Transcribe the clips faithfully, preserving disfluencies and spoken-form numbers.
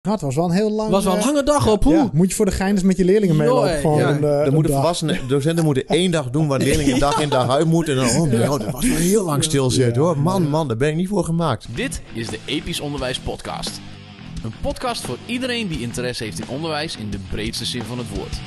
Ja, het was wel een heel lang... Het was wel een lange dag op. Ja, moet je voor de gein met je leerlingen meelopen. Gewoon ja, een, uh, dan moeten volwassenen docenten moeten één dag doen waar leerlingen dag in dag uit moeten. En dan, oh, nou, dat was wel heel lang stilzitten, hoor. Man, man, daar ben ik niet voor gemaakt. Dit is de Episch Onderwijs Podcast. Een podcast voor iedereen die interesse heeft in onderwijs in de breedste zin van het woord.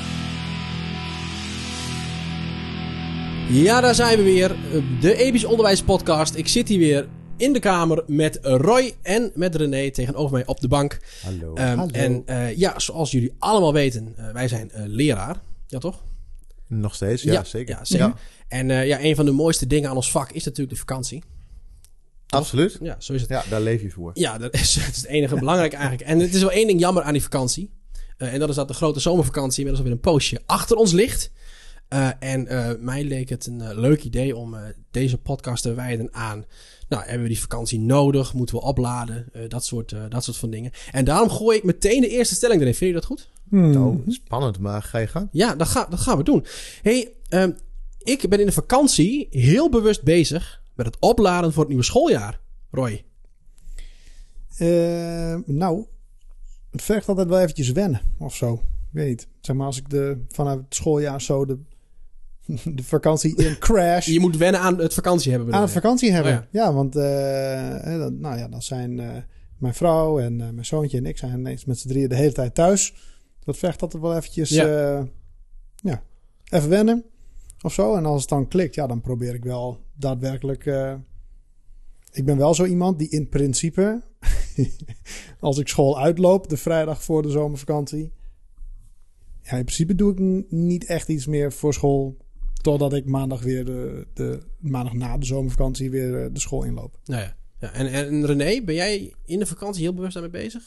Ja, daar zijn we weer. De Episch Onderwijs Podcast. Ik zit hier weer in de kamer met Roy en met René tegenover mij op de bank. Hallo. Um, Hallo. En uh, ja, zoals jullie allemaal weten, uh, wij zijn uh, leraar. Ja, toch? Nog steeds, ja, ja zeker. Ja, zeker. Ja. En uh, ja, een van de mooiste dingen aan ons vak is natuurlijk de vakantie. Absoluut. Ja, zo is het. Ja, daar leef je voor. Ja, dat is, dat is het enige belangrijke eigenlijk. En het is wel één ding jammer aan die vakantie. Uh, en dat is dat de grote zomervakantie inmiddels alweer een poosje achter ons ligt. Uh, en uh, mij leek het een uh, leuk idee om uh, deze podcast te wijden aan... Nou, hebben we die vakantie nodig? Moeten we opladen? Uh, dat, soort, uh, dat soort van dingen. En daarom gooi ik meteen de eerste stelling erin. Vind je dat goed? Hmm. Nou, spannend, maar ga je gang? Ja, dat, ga, dat gaan we doen. Hey, uh, ik ben in de vakantie heel bewust bezig met het opladen voor het nieuwe schooljaar. Roy? Uh, nou, het vergt altijd wel eventjes wennen of zo. Ik weet niet. Zeg maar als ik de, vanuit het schooljaar zo de, de vakantie in crash... Je moet wennen aan het vakantie hebben. Aan het vakantie hebben, oh, ja. ja. Want uh, dat, nou ja, dan zijn uh, mijn vrouw en uh, mijn zoontje en ik zijn ineens met z'n drieën de hele tijd thuis. Dat vergt altijd wel eventjes... Ja. Uh, ja, even wennen of zo. En als het dan klikt, ja, dan probeer ik wel daadwerkelijk... Uh, ik ben wel zo iemand die in principe... als ik school uitloop, de vrijdag voor de zomervakantie... Ja, in principe doe ik n- niet echt iets meer voor school... totdat ik maandag weer de, de maandag na de zomervakantie weer de school inloop. Nou ja. Ja, en, en René, ben jij in de vakantie heel bewust daarmee bezig?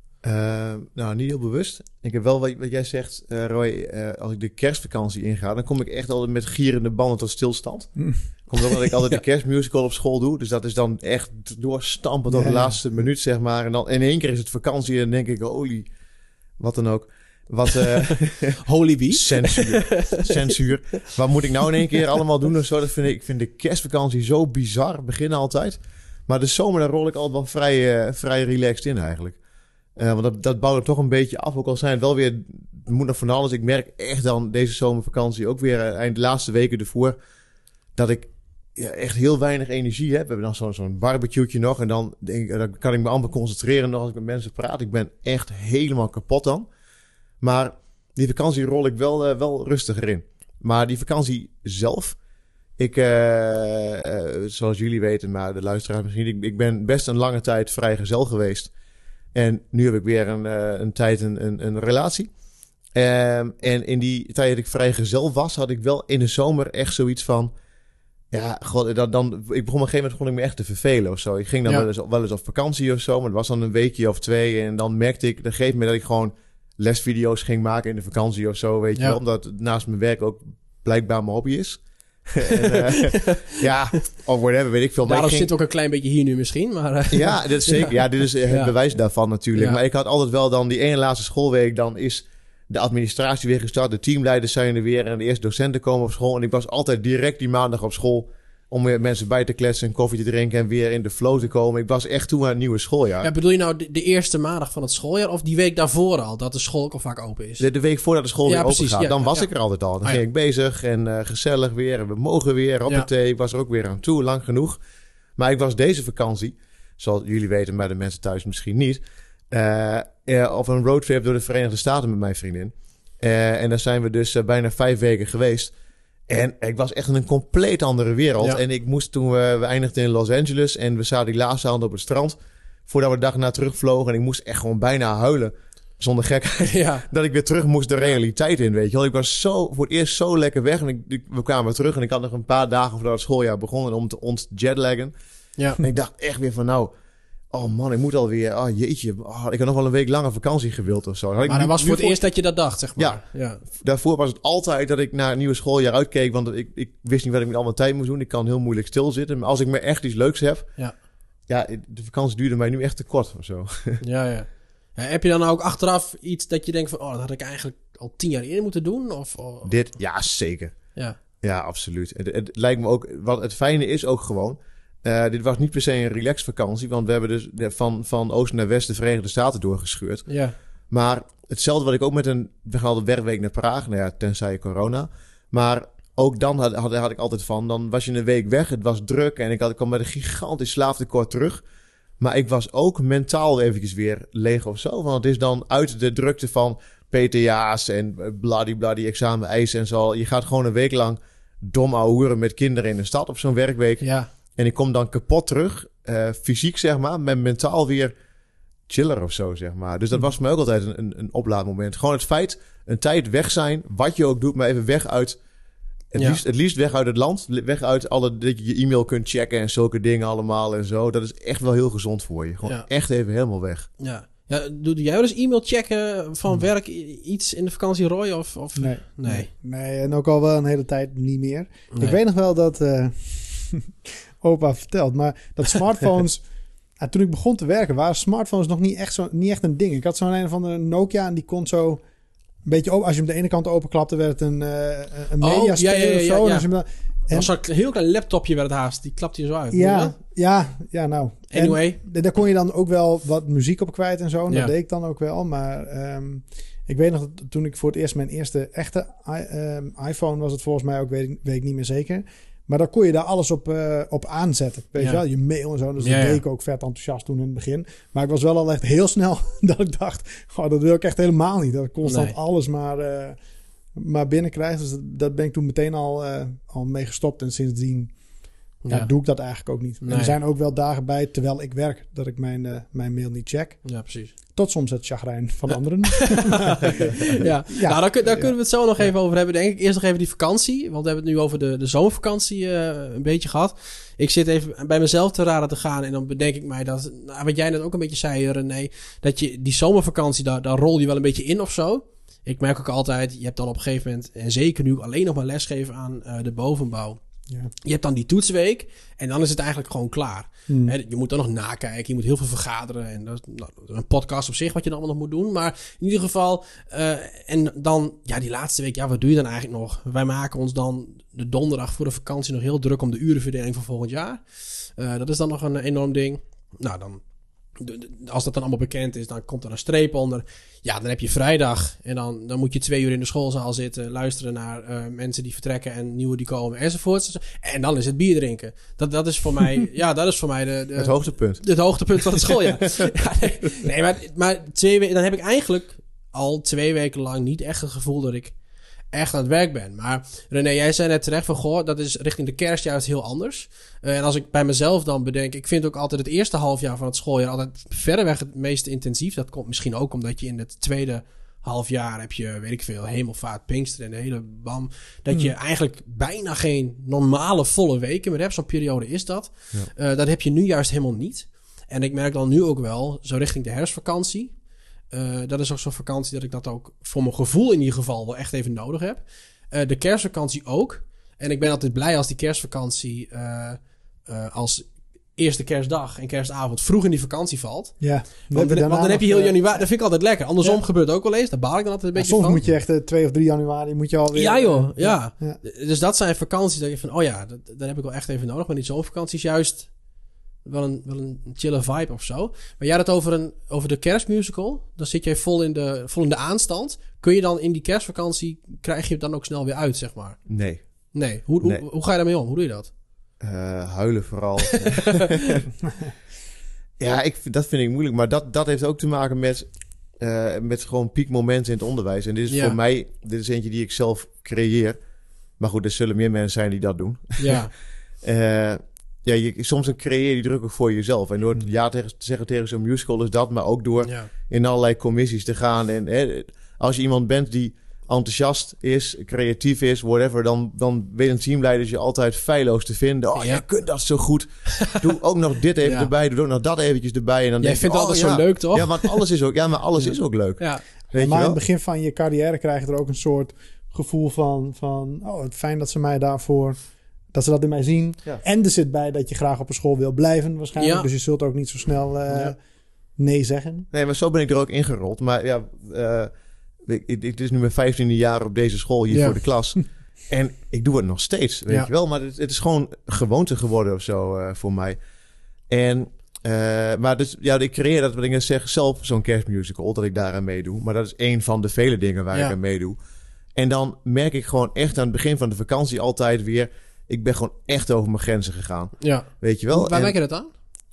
Uh, nou, niet heel bewust. Ik heb wel wat, wat jij zegt, uh, Roy, uh, als ik de kerstvakantie inga... dan kom ik echt altijd met gierende banden tot stilstand. Mm. Komt ook dat ik altijd ja. de kerstmusical op school doe. Dus dat is dan echt doorstampen tot ja. de laatste minuut, zeg maar. En dan in één keer is het vakantie en dan denk ik, holy, wat dan ook. Wat, uh, Holy wie? Censuur. Censuur. Wat moet ik nou in één keer allemaal doen of zo? Dat vind ik, ik vind de kerstvakantie zo bizar. Beginnen altijd. Maar de zomer, daar rol ik altijd wel vrij, uh, vrij relaxed in eigenlijk. Uh, want dat, dat bouwt er toch een beetje af. Ook al zijn het wel weer... Het moet nog van alles. Ik merk echt dan deze zomervakantie ook weer... Uh, eind de laatste weken ervoor... dat ik ja, echt heel weinig energie heb. We hebben dan zo'n, zo'n barbecue'tje nog. En dan, denk ik, dan kan ik me amper concentreren nog als ik met mensen praat. Ik ben echt helemaal kapot dan. Maar die vakantie rol ik wel, uh, wel rustiger in. Maar die vakantie zelf... Ik, uh, uh, zoals jullie weten, maar de luisteraars misschien... Ik, ik ben best een lange tijd vrijgezel geweest. En nu heb ik weer een, uh, een tijd een, een, een relatie. Um, en in die tijd dat ik vrijgezel was... had ik wel in de zomer echt zoiets van... Ja, god, dat, dan, ik begon op een gegeven moment gewoon me echt te vervelen of zo. Ik ging dan ja. wel, eens, wel eens op vakantie of zo... maar dat was dan een weekje of twee... en dan merkte ik op een gegeven moment dat ik gewoon... lesvideo's ging maken in de vakantie of zo, weet je ja. wel. Omdat het naast mijn werk ook blijkbaar mijn hobby is. en, uh, ja, of whatever, weet ik veel. Daarom ik ging... zit ook een klein beetje hier nu misschien, maar... Uh, ja, dit is zeker. Ja, dit is het ja. bewijs daarvan natuurlijk. Ja. Maar ik had altijd wel dan die ene laatste schoolweek... dan is de administratie weer gestart. De teamleiders zijn er weer en de eerste docenten komen op school. En ik was altijd direct die maandag op school... om weer mensen bij te kletsen en koffie te drinken... en weer in de flow te komen. Ik was echt toe aan het nieuwe schooljaar. Ja, bedoel je nou de, de eerste maandag van het schooljaar... of die week daarvoor al, dat de school ook al vaak open is? De, de week voordat de school ja, weer precies, open gaat. Ja, dan was ja. ik er altijd al. Dan ah, ging ja. ik bezig en uh, gezellig weer. En we mogen weer, hoppatee. Ja. Ik was er ook weer aan toe, lang genoeg. Maar ik was deze vakantie... zoals jullie weten, maar de mensen thuis misschien niet... Uh, uh, op een roadtrip door de Verenigde Staten met mijn vriendin. Uh, en daar zijn we dus uh, bijna vijf weken geweest... En ik was echt in een compleet andere wereld. Ja. En ik moest toen we, we eindigden in Los Angeles... en we zaten die laatste avond op het strand... voordat we de dag na terugvlogen... en ik moest echt gewoon bijna huilen... zonder gekheid... Ja. dat ik weer terug moest de realiteit in, weet je wel. Ik was zo, voor het eerst zo lekker weg... en ik, ik, we kwamen terug en ik had nog een paar dagen... voordat het schooljaar begon... om te ontjetlaggen. Ja. En ik dacht echt weer van nou... oh man, ik moet alweer... oh jeetje, oh, ik had nog wel een week langer vakantie gewild of zo. Maar dat was voor het voor... eerst dat je dat dacht, zeg maar. Ja, ja, daarvoor was het altijd dat ik naar het nieuwe schooljaar uitkeek... want ik, ik wist niet wat ik met al mijn tijd moest doen. Ik kan heel moeilijk stilzitten. Maar als ik me echt iets leuks heb... ja, ja de vakantie duurde mij nu echt te kort of zo. Ja, ja. Ja, heb je dan ook achteraf iets dat je denkt van... oh, dat had ik eigenlijk al tien jaar eerder moeten doen? Of, of... Dit, ja, zeker. Ja, ja absoluut. Het, het lijkt me ook... wat het fijne is ook gewoon... Uh, dit was niet per se een relaxed vakantie, want we hebben dus van, van oost naar west de Verenigde Staten doorgescheurd. Ja. Maar hetzelfde wat ik ook met een begaalde werkweek naar Praag, nou ja, tenzij corona. Maar ook dan had, had, had ik altijd van, dan was je een week weg, het was druk en ik, had, ik kwam met een gigantisch slaaptekort terug. Maar ik was ook mentaal eventjes weer leeg of zo, want het is dan uit de drukte van P T A's en bladibladie examen-eisen en zo. Je gaat gewoon een week lang dom ouwehoeren met kinderen in de stad op zo'n werkweek. Ja. En ik kom dan kapot terug, uh, fysiek zeg maar, met mentaal weer chiller of zo, zeg maar. Dus dat was voor mij ook altijd een, een, een oplaadmoment. Gewoon het feit, een tijd weg zijn, wat je ook doet, maar even weg uit... Het, ja. liefst, het liefst weg uit het land, weg uit alle... dat je je e-mail kunt checken en zulke dingen allemaal en zo. Dat is echt wel heel gezond voor je. Gewoon ja. echt even helemaal weg. Ja. Ja, doe jij wel eens e-mail checken van hmm. werk iets in de vakantie, Roy? Of, of... Nee, nee. nee. Nee, en ook al wel een hele tijd niet meer. Nee. Ik weet nog wel dat... Uh, opa vertelt, maar dat smartphones... ja, toen ik begon te werken waren smartphones nog niet echt, zo, niet echt een ding. Ik had zo'n een van de Nokia en die kon zo een beetje open. Als je hem de ene kant openklapte, werd het een, uh, een mediaspeler oh, ja, ja, ja, of zo. Ja, ja. En als je hem dan, en, was zo'n heel klein laptopje werd het haast. Die klapte je zo uit. Ja, ja, ja, nou. Anyway. En daar kon je dan ook wel wat muziek op kwijt en zo. En ja. dat deed ik dan ook wel. Maar um, ik weet nog, dat toen ik voor het eerst mijn eerste echte I, um, iPhone was het volgens mij ook, weet ik, weet ik niet meer zeker. Maar dan kon je daar alles op, uh, op aanzetten. Weet ja. je wel, je mail en zo. Dus ja, dat ja. deed ik ook vet enthousiast toen in het begin. Maar ik was wel al echt heel snel dat ik dacht... Oh, dat wil ik echt helemaal niet. Dat ik constant nee. alles maar, uh, maar binnenkrijg. Dus dat, dat ben ik toen meteen al, uh, al mee gestopt. En sindsdien ja. Ja, doe ik dat eigenlijk ook niet. Nee. En er zijn ook wel dagen bij, terwijl ik werk... dat ik mijn, uh, mijn mail niet check. Ja, precies. Tot soms het chagrijn van anderen. ja. ja, nou, daar, daar kunnen we het zo nog ja. even over hebben. Denk ik eerst nog even die vakantie. Want we hebben het nu over de, de zomervakantie uh, een beetje gehad. Ik zit even bij mezelf te raden te gaan. En dan bedenk ik mij dat... Nou, wat jij net ook een beetje zei, René. Dat je die zomervakantie, daar, daar rol je wel een beetje in of zo. Ik merk ook altijd... Je hebt dan op een gegeven moment... En zeker nu alleen nog maar lesgeven aan uh, de bovenbouw. Ja. Je hebt dan die toetsweek en dan is het eigenlijk gewoon klaar. Hmm. He, je moet dan nog nakijken, je moet heel veel vergaderen en dat is nou, een podcast op zich wat je dan allemaal nog moet doen. Maar in ieder geval, uh, en dan, ja, die laatste week, ja, wat doe je dan eigenlijk nog? Wij maken ons dan de donderdag voor de vakantie nog heel druk om de urenverdeling van volgend jaar. Uh, dat is dan nog een enorm ding. Nou, dan... Als dat dan allemaal bekend is, dan komt er een streep onder. Ja, dan heb je vrijdag. En dan, dan moet je twee uur in de schoolzaal zitten. Luisteren naar uh, mensen die vertrekken en nieuwe die komen enzovoorts. En dan is het bier drinken. Dat, dat is voor mij... ja, dat is voor mij de... de het hoogtepunt. Het hoogtepunt van het schooljaar. ja, nee, nee, maar, maar twee weken... Dan heb ik eigenlijk al twee weken lang niet echt het gevoel dat ik echt aan het werk ben. Maar René, jij zei net terecht van... Goh, dat is richting de kerst juist heel anders. Uh, en als ik bij mezelf dan bedenk... Ik vind ook altijd het eerste halfjaar van het schooljaar... altijd verreweg het meest intensief. Dat komt misschien ook omdat je in het tweede halfjaar... heb je, weet ik veel, hemelvaart, Pinkster en de hele bam. Dat hmm. je eigenlijk bijna geen normale volle weken meer hebt. Zo'n periode is dat. Ja. Uh, dat heb je nu juist helemaal niet. En ik merk dan nu ook wel... zo richting de herfstvakantie... Uh, dat is ook zo'n vakantie dat ik dat ook voor mijn gevoel in ieder geval wel echt even nodig heb. Uh, de kerstvakantie ook. En ik ben altijd blij als die kerstvakantie uh, uh, als eerste kerstdag en kerstavond vroeg in die vakantie valt. Ja. Want, dan, want dan heb je heel januari. Dat vind ik altijd lekker. Andersom ja. gebeurt ook wel eens. Daar baal ik dan altijd een beetje soms van. Soms moet je echt uh, twee of drie januari moet je alweer... Ja joh, ja. ja. ja. Dus dat zijn vakanties dat je van... Oh ja, dat, dat heb ik wel echt even nodig. Maar niet zo'n vakanties juist... Wel een, wel een chille vibe of zo. Maar jij had het over, een, over de kerstmusical. Dan zit jij vol in, de, vol in de aanstand. Kun je dan in die kerstvakantie... Krijg je het dan ook snel weer uit, zeg maar? Nee. Nee. Hoe, nee. Hoe, hoe ga je daarmee om? Hoe doe je dat? Uh, huilen vooral. ja, ik, dat vind ik moeilijk. Maar dat, dat heeft ook te maken met... Uh, met gewoon piekmomenten in het onderwijs. En dit is ja. voor mij... Dit is eentje die ik zelf creëer. Maar goed, er zullen meer mensen zijn die dat doen. Ja. uh, Ja, je, soms dan creëer je die druk ook voor jezelf. En door ja tegen, te zeggen tegen zo'n musical is dat... maar ook door ja. in allerlei commissies te gaan. En hè, als je iemand bent die enthousiast is, creatief is, whatever... dan, dan weten teamleiders je altijd feilloos te vinden. Oh, ja. jij kunt dat zo goed. Doe ook nog dit even ja. erbij, doe ook nog dat eventjes erbij. En dan jij denk vindt je, altijd oh, zo ja. leuk, toch? Ja, maar alles is ook, ja, maar alles ja. is ook leuk. Ja. Weet maar je in het begin van je carrière krijg je er ook een soort gevoel van... van oh, het fijn dat ze mij daarvoor... Dat ze dat in mij zien. Ja. En er zit bij dat je graag op een school wil blijven waarschijnlijk. Ja. Dus je zult ook niet zo snel uh, ja. nee zeggen. Nee, maar zo ben ik er ook ingerold. Maar ja, uh, ik, het is nu mijn vijftiende jaar op deze school hier ja. voor de klas. En ik doe het nog steeds, weet Ja. je wel. Maar het, het is gewoon gewoonte geworden of zo uh, voor mij. En, uh, maar dus, ja, ik creëer dat wat ik net zeg, zelf zo'n kerstmusical, dat ik daaraan meedoe. Maar dat is één van de vele dingen waar Ja. ik aan meedoe. En dan merk ik gewoon echt aan het begin van de vakantie altijd weer, ik ben gewoon echt over mijn grenzen gegaan. Ja. Weet je wel? Waar En, merk je dat aan?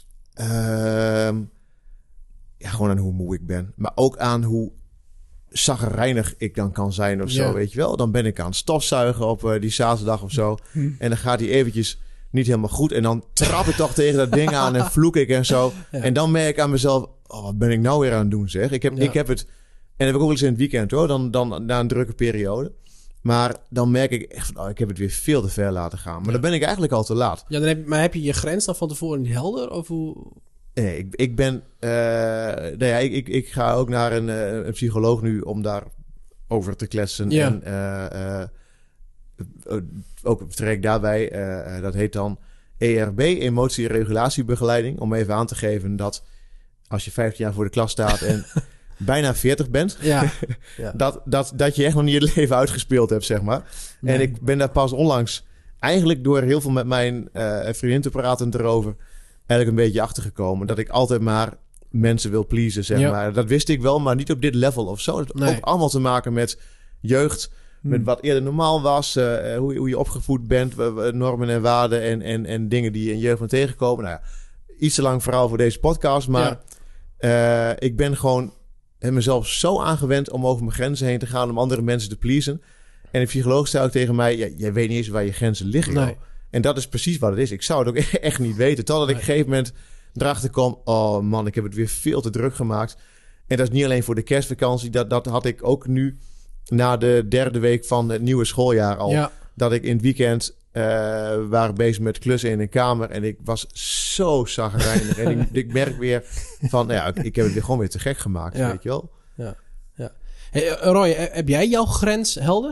uh, ja, gewoon aan hoe moe ik ben. Maar ook aan hoe zagrijnig ik dan kan zijn of zo, Ja. weet je wel. Dan ben ik aan het stofzuigen op uh, die zaterdag of zo. Hm. En dan gaat hij eventjes niet helemaal goed. En dan trap ik toch tegen dat ding aan en vloek ik en zo. Ja. En dan merk ik aan mezelf, oh, wat ben ik nou weer aan het doen, zeg. Ik heb, Ja. ik heb het, en dat heb ik ook wel eens in het weekend, hoor. Dan, dan na een drukke periode. Maar dan merk ik echt van, oh, ik heb het weer veel te ver laten gaan. Maar Ja. dan ben ik eigenlijk al te laat. Ja, dan heb, maar heb je je grens dan van tevoren niet helder? Of hoe... Nee, ik, ik ben... Uh, nou ja, ik, ik, ik ga ook naar een, uh, een psycholoog nu om daar over te kletsen. Ja. En uh, uh, ook trek daarbij, uh, uh, dat heet dan E R B, emotieregulatiebegeleiding. Om even aan te geven dat als je vijftien jaar voor de klas staat en bijna veertig bent, Ja. ja. dat, dat, dat je echt nog niet het leven uitgespeeld hebt, zeg maar. Nee. En ik ben daar pas onlangs, eigenlijk door heel veel met mijn uh, vriendin te praten erover, eigenlijk een beetje achtergekomen. Dat ik altijd maar mensen wil pleasen, zeg Ja. maar. Dat wist ik wel, maar niet op dit level of zo. Het heeft Nee. ook allemaal te maken met jeugd, Hm. met wat eerder normaal was, uh, hoe, je, hoe je opgevoed bent, w- w- normen en waarden en, en, en dingen die je in jeugd van tegenkomen. Nou ja, iets te lang verhaal voor deze podcast, maar uh, ik ben gewoon heb mezelf zo aangewend om over mijn grenzen heen te gaan, om andere mensen te pleasen. En de psycholoog zei ook tegen mij, ja, jij weet niet eens waar je grenzen liggen. Nee. joh. En dat is precies wat het is. Ik zou het ook echt niet weten. Totdat ik op een gegeven moment erachter kwam, oh man, ik heb het weer veel te druk gemaakt. En dat is niet alleen voor de kerstvakantie. Dat, dat had ik ook nu na de derde week van het nieuwe schooljaar al. Ja. Dat ik in het weekend uh, waren bezig met klussen in een kamer. En ik was zo zagrijnig. en ik, ik merk weer van, nou ja, ik, ik heb het weer gewoon weer te gek gemaakt. Ja. Weet je wel? Hey, Roy, heb jij jouw grens helder?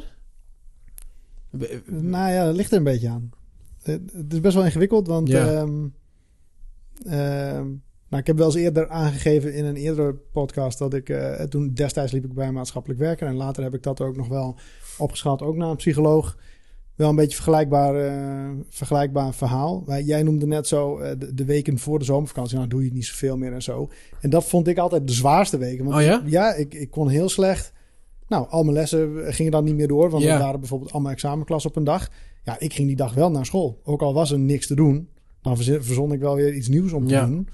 Nou ja, dat ligt er een beetje aan. Het, het is best wel ingewikkeld, want Ja. ehm, ehm, nou, ik heb wel eens eerder aangegeven in een eerdere podcast dat ik, uh, toen destijds liep ik bij een maatschappelijk werker en later heb ik dat ook nog wel opgeschat, ook naar een psycholoog. Wel een beetje vergelijkbaar, uh, vergelijkbaar verhaal. Wij, jij noemde net zo uh, de, de weken voor de zomervakantie. Nou, doe je niet zoveel meer en zo. En dat vond ik altijd de zwaarste weken. Want Oh ja? Ja, ik, ik kon heel slecht. Nou, al mijn lessen gingen dan niet meer door. Want Ja. er waren bijvoorbeeld allemaal examenklassen op een dag. Ja, ik ging die dag wel naar school. Ook al was er niks te doen. Dan verzin, verzon ik wel weer iets nieuws om te Ja. doen.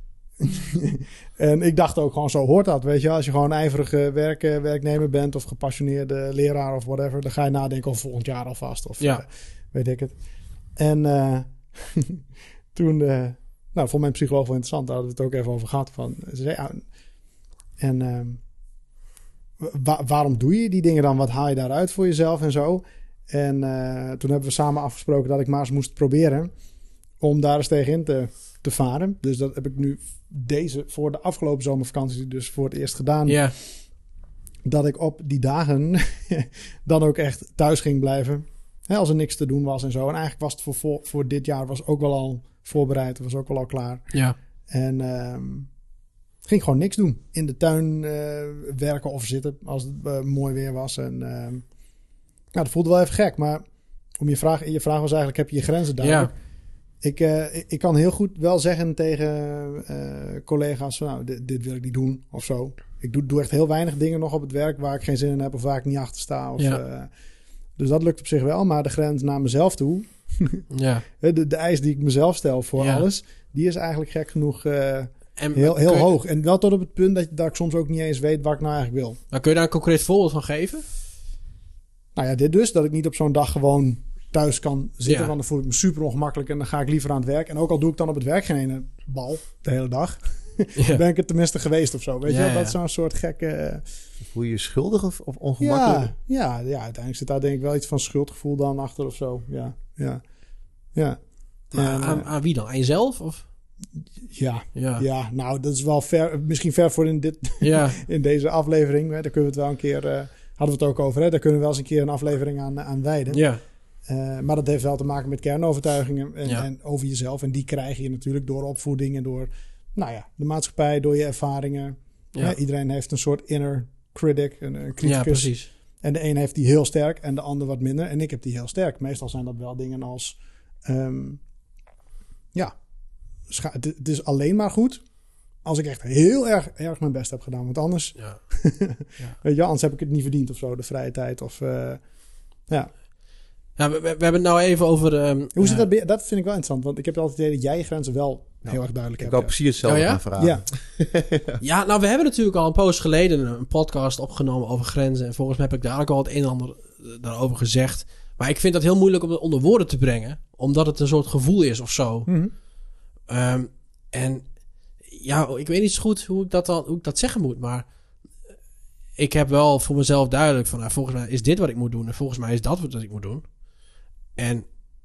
En ik dacht ook gewoon, zo hoort dat. Weet je, als je gewoon ijverige werk, uh, werknemer bent of gepassioneerde leraar of whatever, dan ga je nadenken over volgend jaar alvast. Of Ja. uh, weet ik het. En uh, toen, uh, nou, vond mijn psycholoog wel interessant. Daar hadden we het ook even over gehad. Van, ze zei, ja, en uh, wa- waarom doe je die dingen dan? Wat haal je daaruit voor jezelf en zo? En uh, toen hebben we samen afgesproken dat ik maar eens moest proberen om daar eens tegenin te, te varen. Dus dat heb ik nu deze voor de afgelopen zomervakantie dus voor het eerst gedaan. Ja. Dat ik op die dagen dan ook echt thuis ging blijven. Hè, als er niks te doen was en zo. En eigenlijk was het voor, voor, voor dit jaar was ook wel al voorbereid. Was ook wel al klaar. Ja. En uh, ging gewoon niks doen. In de tuin uh, werken of zitten als het uh, mooi weer was. En uh, nou, dat voelde wel even gek. Maar om je vraag, je vraag was eigenlijk, heb je je grenzen duidelijk? Ja. Ik, uh, ik, ik kan heel goed wel zeggen tegen uh, collega's van, nou, dit, dit wil ik niet doen of zo. Ik doe, doe echt heel weinig dingen nog op het werk waar ik geen zin in heb of waar ik niet achter sta. Of, Ja. uh, dus dat lukt op zich wel. Maar de grens naar mezelf toe, Ja. de, de eis die ik mezelf stel voor Ja. alles, die is eigenlijk gek genoeg uh, En heel, heel kun je- hoog. En wel tot op het punt dat, dat ik soms ook niet eens weet wat ik nou eigenlijk wil. Maar kun je daar een concreet voorbeeld van geven? Nou ja, dit dus. Dat ik niet op zo'n dag gewoon thuis kan zitten. Ja. Want dan voel ik me super ongemakkelijk en dan ga ik liever aan het werk. En ook al doe ik dan op het werk geen ene bal de hele dag, Ja. ben ik er tenminste geweest of zo. Weet Ja, je wel? Dat ja. is zo'n soort gekke... Voel je je schuldig of, of ongemakkelijk? Ja, ja, ja, uiteindelijk zit daar denk ik wel iets van schuldgevoel dan achter of zo. Ja, ja, ja. Maar En, aan, eh, aan wie dan? Aan jezelf? Of? ja, Ja. ja, nou, dat is wel ver, misschien ver voor in, dit, Ja. in deze aflevering. Hè. Daar kunnen we het wel een keer... Uh, hadden we het ook over, hè? Daar kunnen we wel eens een keer een aflevering aan, aan wijden. Ja. Uh, maar dat heeft wel te maken met kernovertuigingen en, Ja. en over jezelf. En die krijg je natuurlijk door opvoeding en door, nou ja, de maatschappij, door je ervaringen. Ja. Ja, iedereen heeft een soort inner critic, een, een Ja, criticus. precies. En de een heeft die heel sterk en de ander wat minder. En ik heb die heel sterk. Meestal zijn dat wel dingen als... Um, ja, scha- het, het is alleen maar goed als ik echt heel erg, erg mijn best heb gedaan. Want anders... Ja. ja. Weet je, anders heb ik het niet verdiend of zo. De vrije tijd of... Uh, ja. Ja, we, we, we hebben het nou even over... Um, Hoe zit uh, dat? Dat vind ik wel interessant. Want ik heb altijd het idee dat jij je grenzen wel nou, heel erg duidelijk ik hebt. Ik wou precies hetzelfde oh, ja? gaan vragen. Ja. ja, nou we hebben natuurlijk al een poos geleden een podcast opgenomen over grenzen. En volgens mij heb ik daar ook al het een en ander daarover gezegd. Maar ik vind dat heel moeilijk om het onder woorden te brengen. Omdat het een soort gevoel is of zo. Mm-hmm. Um, en ja, ik weet niet zo goed hoe ik dat, dan, hoe ik dat zeggen moet. Maar ik heb wel voor mezelf duidelijk van... Nou, volgens mij is dit wat ik moet doen. En volgens mij is dat wat ik moet doen. En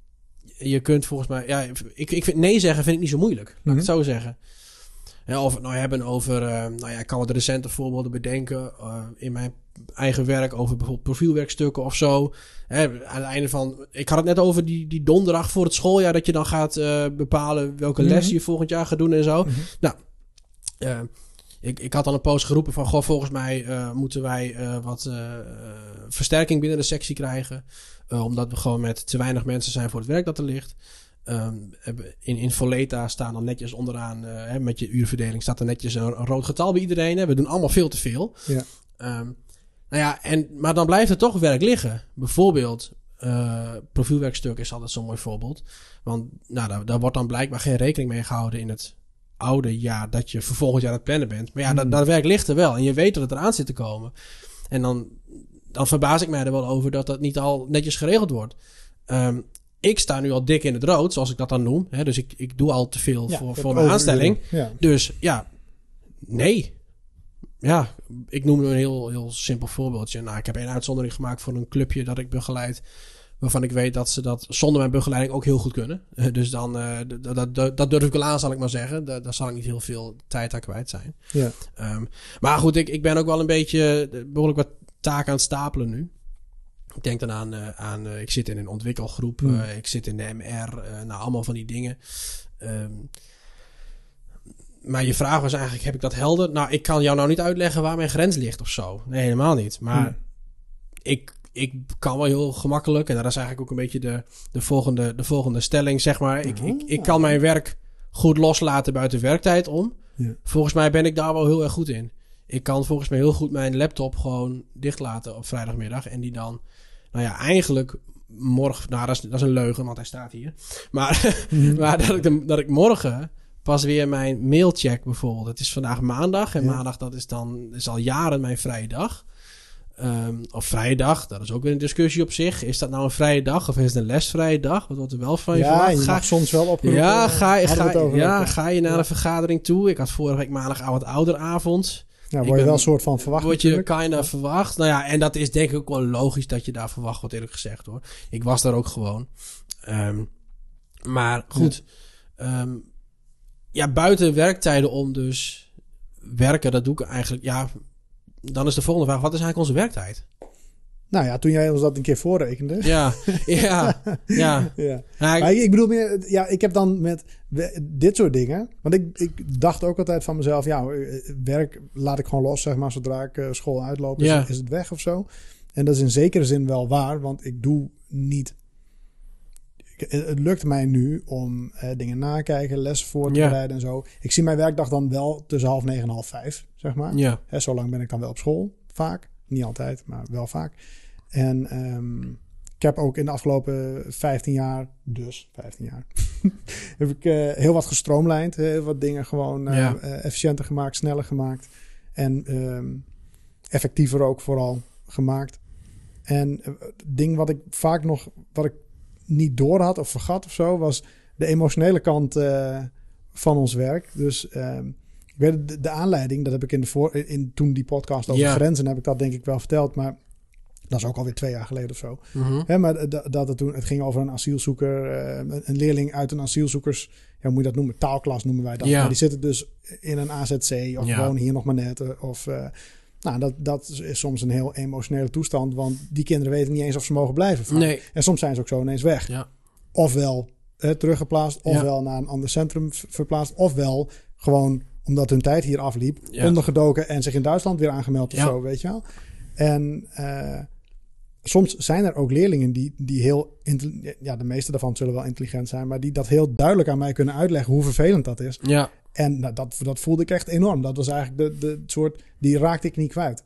je kunt volgens mij... Ja, ik, ik vind nee zeggen vind ik niet zo moeilijk. Laat mm-hmm. ik het zo zeggen. Ja, of we het nou hebben over... Uh, nou ja, ik kan wat recente voorbeelden bedenken... Uh, in mijn eigen werk over bijvoorbeeld profielwerkstukken of zo. Hè, aan het einde van... Ik had het net over die, die donderdag voor het schooljaar... dat je dan gaat uh, bepalen welke mm-hmm. les je volgend jaar gaat doen en zo. Mm-hmm. Nou, uh, ik, ik had dan een post geroepen van... Goh, volgens mij uh, moeten wij uh, wat uh, uh, versterking binnen de sectie krijgen... Uh, omdat we gewoon met te weinig mensen zijn voor het werk dat er ligt. Um, in, in Voleta staan dan netjes onderaan... Uh, hè, met je uurverdeling staat er netjes een, een rood getal bij iedereen. Hè. We doen allemaal veel te veel. Ja. Um, nou ja, en, maar dan blijft er toch werk liggen. Bijvoorbeeld, uh, profielwerkstuk is altijd zo'n mooi voorbeeld. Want nou, daar, daar wordt dan blijkbaar geen rekening mee gehouden in het oude jaar... dat je vervolgend jaar aan het plannen bent. Maar ja, mm. dat, dat werk ligt er wel. En je weet dat het eraan zit te komen. En dan... dan verbaas ik mij er wel over dat dat niet al netjes geregeld wordt. Um, ik sta nu al dik in het rood, zoals ik dat dan noem. Hè, dus ik, ik doe al te veel ja, voor, voor mijn aanstelling. Ja. Dus ja, nee. Ja, ik noem een heel, heel simpel voorbeeldje. Nou, ik heb één uitzondering gemaakt voor een clubje dat ik begeleid... waarvan ik weet dat ze dat zonder mijn begeleiding ook heel goed kunnen. Uh, dus dan, uh, dat, dat, dat durf ik wel aan, zal ik maar zeggen. Da, daar zal ik niet heel veel tijd aan kwijt zijn. Ja. Um, maar goed, ik, ik ben ook wel een beetje... behoorlijk wat taken aan het stapelen nu. Ik denk dan aan... Uh, aan uh, ik zit in een ontwikkelgroep. Hmm. Uh, ik zit in de M R. Uh, nou, allemaal van die dingen. Um, maar je vraag was eigenlijk... heb ik dat helder? Nou, ik kan jou nou niet uitleggen waar mijn grens ligt of zo. Nee, helemaal niet. Maar hmm. ik... ik kan wel heel gemakkelijk... en dat is eigenlijk ook een beetje de, de, volgende, de volgende stelling, zeg maar. Ik, ik, ik kan mijn werk goed loslaten buiten werktijd om. Ja. Volgens mij ben ik daar wel heel erg goed in. Ik kan volgens mij heel goed mijn laptop gewoon dichtlaten op vrijdagmiddag... en die dan, nou ja, eigenlijk morgen... nou, dat is, dat is een leugen, want hij staat hier. Maar, mm-hmm. maar dat, ik de, dat ik morgen pas weer mijn mail check bijvoorbeeld. Het is vandaag maandag en ja. maandag dat is dan is al jaren mijn vrije dag... Um, of vrije dag, dat is ook weer een discussie op zich. Is dat nou een vrije dag of is het een lesvrije dag? Wat wordt er wel van je ja, verwacht? Je ga, mag soms wel opgeroepen. Ja, ga, je, ga, ja, ook, ga je naar ja. een vergadering toe? Ik had vorige week maandagavond ouderavond. Ja, word je ben, wel een soort van verwacht. Word je natuurlijk. kinda ja. verwacht. Nou ja, en dat is denk ik ook wel logisch dat je daar verwacht wordt, eerlijk gezegd hoor. Ik was daar ook gewoon. Um, maar goed. Ja. Um, ja, buiten werktijden om dus werken, dat doe ik eigenlijk... ja. Dan is de volgende vraag, wat is eigenlijk onze werktijd? Nou ja, toen jij ons dat een keer voorrekende. Ja, ja, ja. ja. ja ik, maar ik bedoel meer, ja, ik heb dan met dit soort dingen... Want ik, ik dacht ook altijd van mezelf... ja, werk laat ik gewoon los, zeg maar, zodra ik school uitloop. Is, ja. is het weg of zo? En dat is in zekere zin wel waar, want ik doe niet... Het lukt mij nu om uh, dingen nakijken, lessen voor te ja. bereiden en zo. Ik zie mijn werkdag dan wel tussen half negen en half vijf, zeg maar. Ja. Hè, zo lang ben ik dan wel op school, vaak. Niet altijd, maar wel vaak. En um, ik heb ook in de afgelopen vijftien jaar, dus vijftien jaar... heb ik uh, heel wat gestroomlijnd. Heel wat dingen gewoon uh, ja. uh, efficiënter gemaakt, sneller gemaakt. En um, effectiever ook vooral gemaakt. En het uh, ding wat ik vaak nog... wat ik niet door had of vergat of zo... was de emotionele kant uh, van ons werk. Dus uh, ik weet de, de aanleiding... dat heb ik in de voor, in, toen die podcast over ja. grenzen... heb ik dat denk ik wel verteld... maar dat is ook alweer twee jaar geleden of zo. Mm-hmm. Hè, maar d- dat het toen... het ging over een asielzoeker... Uh, een leerling uit een asielzoekers... ja, hoe moet je dat noemen? Taalklas noemen wij dat. Ja. Maar die zitten dus in een A Z C... of ja. gewoon hier nog maar net... of... Uh, Nou, dat, dat is soms een heel emotionele toestand... want die kinderen weten niet eens of ze mogen blijven. Vaak. Nee. En soms zijn ze ook zo ineens weg. Ja. Ofwel eh, teruggeplaatst, ofwel ja. naar een ander centrum verplaatst... ofwel gewoon omdat hun tijd hier afliep... Ja. ondergedoken en zich in Duitsland weer aangemeld of ja. zo, weet je wel. En uh, soms zijn er ook leerlingen die, die heel... Ja, de meeste daarvan zullen wel intelligent zijn... maar die dat heel duidelijk aan mij kunnen uitleggen... hoe vervelend dat is. Ja. En nou, dat, dat voelde ik echt enorm. Dat was eigenlijk de, de soort... Die raakte ik niet kwijt.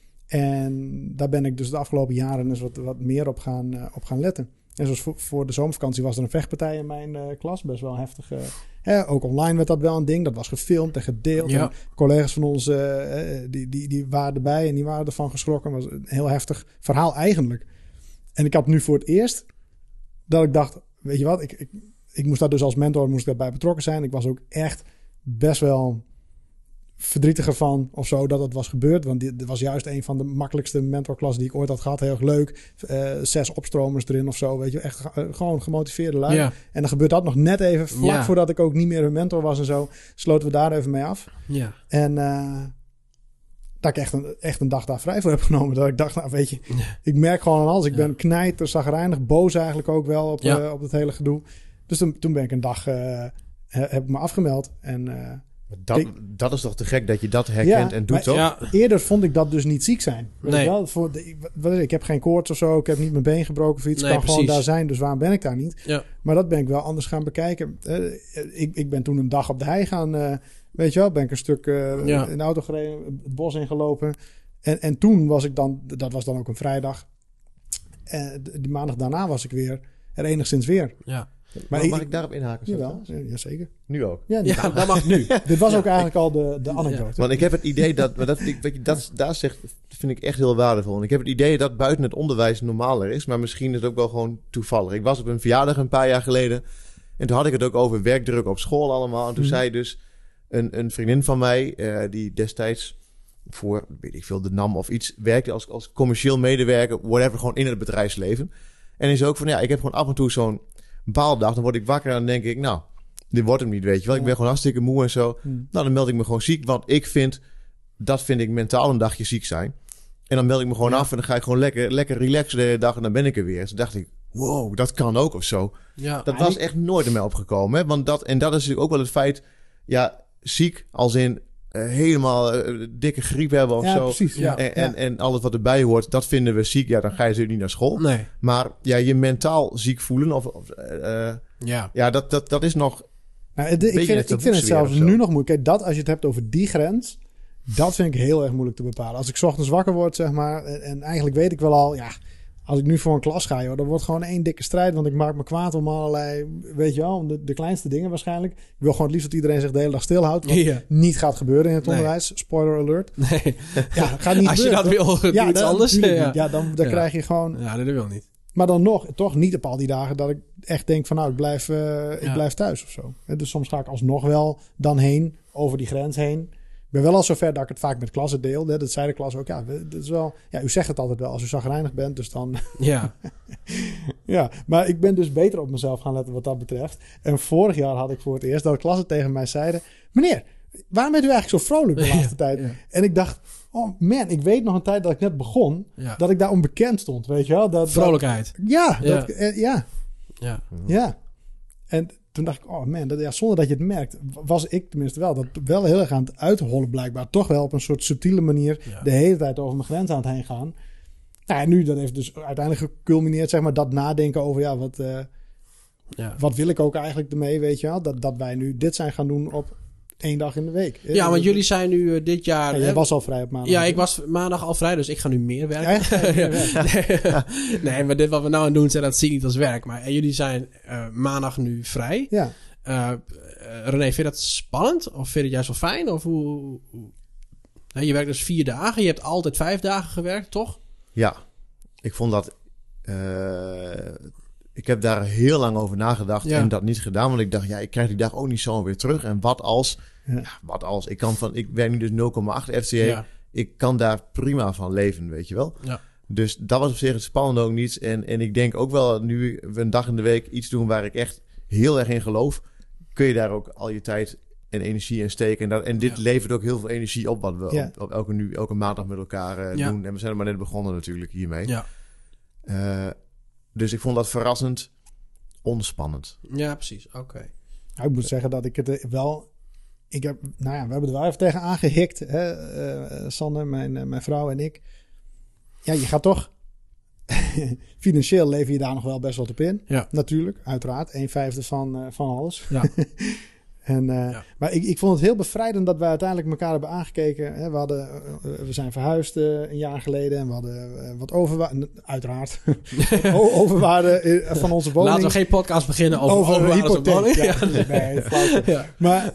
En daar ben ik dus de afgelopen jaren... eens wat, wat meer op gaan, uh, op gaan letten. En zoals voor, voor de zomervakantie was er een vechtpartij in mijn uh, klas. Best wel heftig. Uh, hè, ook online werd dat wel een ding. Dat was gefilmd en gedeeld. Ja. En collega's van ons uh, die, die, die waren erbij en die waren ervan geschrokken. Het was een heel heftig verhaal eigenlijk. En ik had nu voor het eerst dat ik dacht... Weet je wat, ik, ik, ik moest daar dus als mentor moest ik daarbij betrokken zijn. Ik was ook echt best wel... verdrietiger van of zo dat het was gebeurd. Want dit was juist een van de makkelijkste mentorklassen die ik ooit had gehad. Heel erg leuk. Uh, zes opstromers erin of zo. Weet je, echt uh, gewoon gemotiveerde lui. Ja. En dan gebeurt dat nog net even vlak Ja. voordat ik ook niet meer een mentor was en zo. Sloten we daar even mee af. Ja. En uh, dat ik echt een, echt een dag daar vrij voor heb genomen. Dat ik dacht, nou weet je, ik merk gewoon aan alles. Ik ben knijter, zagrijnig, boos eigenlijk ook wel op, Ja. uh, op het hele gedoe. Dus toen, toen ben ik een dag, uh, heb ik me afgemeld. En... Uh, Dat, Ik- dat is toch te gek dat je dat herkent Ja, en doet, maar- toch? Ja. Eerder vond ik dat dus niet ziek zijn. Weet Nee. je wel? Voor de, ik, wat is, het? Ik heb geen koorts of zo. Ik heb niet mijn been gebroken of iets. Nee, kan gewoon precies. daar zijn. Dus waarom ben ik daar niet? Ja. Maar dat ben ik wel anders gaan bekijken. Uh, ik, ik ben toen een dag op de hei gaan... Uh, weet je wel, ben ik een stuk uh, Ja. in de auto gereden. Het bos ingelopen. En, en toen was ik dan... Dat was dan ook een vrijdag. En die maandag daarna was ik weer... Er enigszins weer. Ja. Maar Mag, mag ik daarop inhaken? zo Jawel, trouwens? jazeker. Nu ook. Ja, Ja, dat mag nu. Dit was ook eigenlijk al de, de anekdote. Want ik heb het idee dat... Maar dat, ik, weet je, dat daar zegt, vind ik echt heel waardevol. En ik heb het idee dat buiten het onderwijs normaler is. Maar misschien is het ook wel gewoon toevallig. Ik was op een verjaardag een paar jaar geleden. En toen had ik het ook over werkdruk op school allemaal. En toen Mhm. zei dus een, een vriendin van mij... Uh, die destijds voor, weet ik veel, de N A M of iets... werkte als, als commercieel medewerker... whatever, gewoon in het bedrijfsleven. En is ook van, ja, ik heb gewoon af en toe zo'n... bepaalde dag, dan word ik wakker en dan denk ik... nou, dit wordt hem niet, weet je wel. Ik ben gewoon hartstikke moe en zo. Hmm. Nou, dan meld ik me gewoon ziek. Want ik vind, dat vind ik mentaal een dagje ziek zijn. En dan meld ik me gewoon Ja. af en dan ga ik gewoon lekker, lekker relaxen de hele dag en dan ben ik er weer. Dus toen dacht ik, wow, dat kan ook of zo. Ja. Dat was echt nooit in mij opgekomen. Hè? Want dat, en dat is natuurlijk ook wel het feit, ja, ziek als in uh, helemaal uh, dikke griep hebben of Ja, zo. precies. Ja, En, ja. en, en alles wat erbij hoort, dat vinden we ziek. Ja, dan ga je natuurlijk niet naar school. Nee. Maar ja, je mentaal ziek voelen of... of uh, Ja. ja, dat, dat, dat is nog... Nou, het- ik beetje vind, een het, ik vind taboe het zelfs sfeer of zo. nu nog moeilijk. Kijk, dat als je het hebt over die grens, dat vind ik heel erg moeilijk te bepalen. Als ik 's ochtends wakker word, zeg maar, en, en eigenlijk weet ik wel al, ja, als ik nu voor een klas ga, joh, dan wordt gewoon één dikke strijd, want ik maak me kwaad om allerlei, weet je wel, om de, de kleinste dingen waarschijnlijk. Ik wil gewoon het liefst dat iedereen zich de hele dag stilhoudt, wat Ja. niet gaat gebeuren in het Nee. onderwijs. Spoiler alert. Nee. Ja, gaat niet Als je gebeuren. dat wil, doe ja, iets dat- anders. natuurlijk Ja. niet. Ja, dan, dan Ja. krijg je gewoon... Ja, dat wil niet. Maar dan nog, toch niet op al die dagen dat ik echt denk van nou, ik blijf, uh, ik Ja. blijf thuis of zo. Hè, dus soms ga ik alsnog wel dan heen, over die grens heen. Ik ben wel al zover dat ik het vaak met klassen deel. Hè. Dat zei de klas ook. Ja, dat is wel, ja, u zegt het altijd wel als u zagrijnig bent, dus dan... Ja. ja, maar ik ben dus beter op mezelf gaan letten wat dat betreft. En vorig jaar had ik voor het eerst dat de klassen tegen mij zeiden... Meneer, waarom bent u eigenlijk zo vrolijk de laatste tijd? Ja. En ik dacht, oh man, ik weet nog een tijd dat ik net begon... Ja. dat ik daar onbekend stond, weet je wel? Dat, dat- Vrolijkheid. ja, Ja. dat, eh, ja. Ja. Ja. En toen dacht ik, oh man, dat, ja, zonder dat je het merkt, was ik tenminste wel dat wel heel erg aan het uithollen blijkbaar. Toch wel op een soort subtiele manier Ja. de hele tijd over mijn grens aan het heen gaan. Nou, en nu, dat heeft dus uiteindelijk geculmineerd, zeg maar, dat nadenken over, ja, wat, uh, Ja. wat wil ik ook eigenlijk ermee, weet je wel? Dat, dat wij nu dit zijn gaan doen op één dag in de week. Ja, want jullie zijn nu uh, dit jaar... Ja, jij hè, was al vrij op maandag. Ja, ik was maandag al vrij, dus ik ga nu meer werken. Ja, echt? Ja, ja. nee, nee, maar dit wat we nou aan het doen zijn, dat zie ik niet als werk. Maar uh, jullie zijn uh, maandag nu vrij. Ja. Uh, uh, René, vind je dat spannend? Of vind je het juist wel fijn? Of hoe... hoe... Nee, je werkt dus vier dagen. Je hebt altijd vijf dagen gewerkt, toch? Ja, ik vond dat... Uh, ik heb daar heel lang over nagedacht Ja. en dat niet gedaan. Want ik dacht, ja, ik krijg die dag ook niet zo weer terug. En wat als... Ja. Ja, wat als... Ik, kan van, ik werk nu dus nul komma acht F T E. Ja. Ik kan daar prima van leven, weet je wel. Ja. Dus dat was op zich het spannende ook niet. En, en ik denk ook wel, nu we een dag in de week iets doen waar ik echt heel erg in geloof... kun je daar ook al je tijd en energie in steken. En, dat, en dit Ja. levert ook heel veel energie op... wat we Ja. op, op elke, nu, elke maandag met elkaar uh, Ja. doen. En we zijn er maar net begonnen natuurlijk hiermee. Ja. Uh, dus ik vond dat verrassend ontspannend. Ja, precies. Oké. Okay. Nou, ik moet zeggen dat ik het eh, wel... Ik heb, nou ja, we hebben er wel even tegen aangehikt. Hè? Uh, Sander, mijn, uh, mijn vrouw en ik. Ja, je gaat toch... financieel lever je daar nog wel best wat op in. Ja. Natuurlijk, uiteraard. Een vijfde van, uh, van alles. Ja. en, uh, Ja. Maar ik, ik vond het heel bevrijdend dat wij uiteindelijk elkaar hebben aangekeken. Hè. We, hadden, uh, we zijn verhuisd uh, een jaar geleden. En we hadden uh, wat overwaarde. Uiteraard. wat overwaarde van onze woning. Laten we geen podcast beginnen over, over overwaarde van hypotheek. woning. Ja, Ja. nee, flauw. Ja. Maar,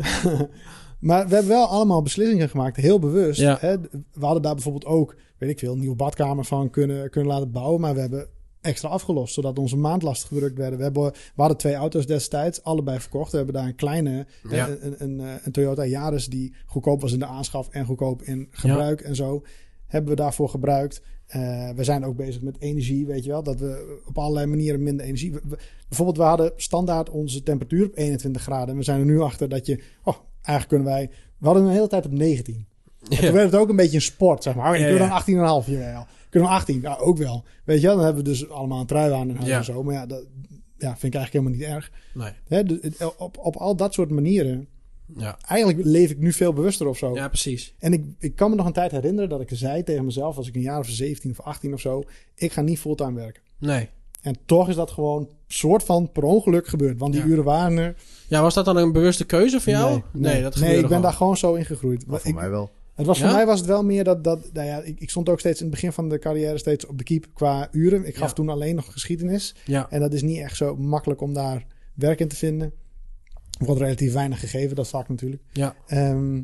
maar we hebben wel allemaal beslissingen gemaakt, heel bewust. Ja. Hè? We hadden daar bijvoorbeeld ook, weet ik veel, een nieuwe badkamer van kunnen, kunnen laten bouwen. Maar we hebben extra afgelost, zodat onze maandlasten gedrukt werden. We, hebben, we hadden twee auto's destijds, allebei verkocht. We hebben daar een kleine, Ja. een, een, een, een Toyota Yaris die goedkoop was in de aanschaf en goedkoop in gebruik en zo. Hebben we daarvoor gebruikt. Uh, we zijn ook bezig met energie, weet je wel. Dat we op allerlei manieren minder energie... We, we, bijvoorbeeld, we hadden standaard onze temperatuur op eenentwintig graden. En we zijn er nu achter dat je... Oh, eigenlijk kunnen wij... We hadden een hele tijd op negentien. En Ja. toen werd het ook een beetje een sport, zeg maar. Oh, Ja, kunnen we ja. dan achttien komma vijf? Jawel. Kunnen we achttien? Nou, ook wel. Weet je wel, dan hebben we dus allemaal een trui aan en huis Ja. en zo. Maar ja, dat ja, vind ik eigenlijk helemaal niet erg. Nee. Hè, dus, op, op al dat soort manieren... Ja. Eigenlijk leef ik nu veel bewuster of zo. Ja, precies. En ik, ik kan me nog een tijd herinneren dat ik zei tegen mezelf... als ik een jaar of zeventien of achttien of zo... ik ga niet fulltime werken. Nee. En toch is dat gewoon soort van per ongeluk gebeurd. Want die Ja. uren waren er. Ja, was dat dan een bewuste keuze voor jou? Nee, nee, dat nee gebeurde ik ben gewoon. daar gewoon zo in gegroeid. Maar voor Ik- mij wel. Het was, voor Ja? mij was het wel meer dat... dat nou ja, ik, ik stond ook steeds in het begin van de carrière... steeds op de keep qua uren. Ik gaf Ja. toen alleen nog geschiedenis. Ja. En dat is niet echt zo makkelijk om daar werk in te vinden. Er wordt relatief weinig gegeven, dat vak natuurlijk. Ja. Ehm,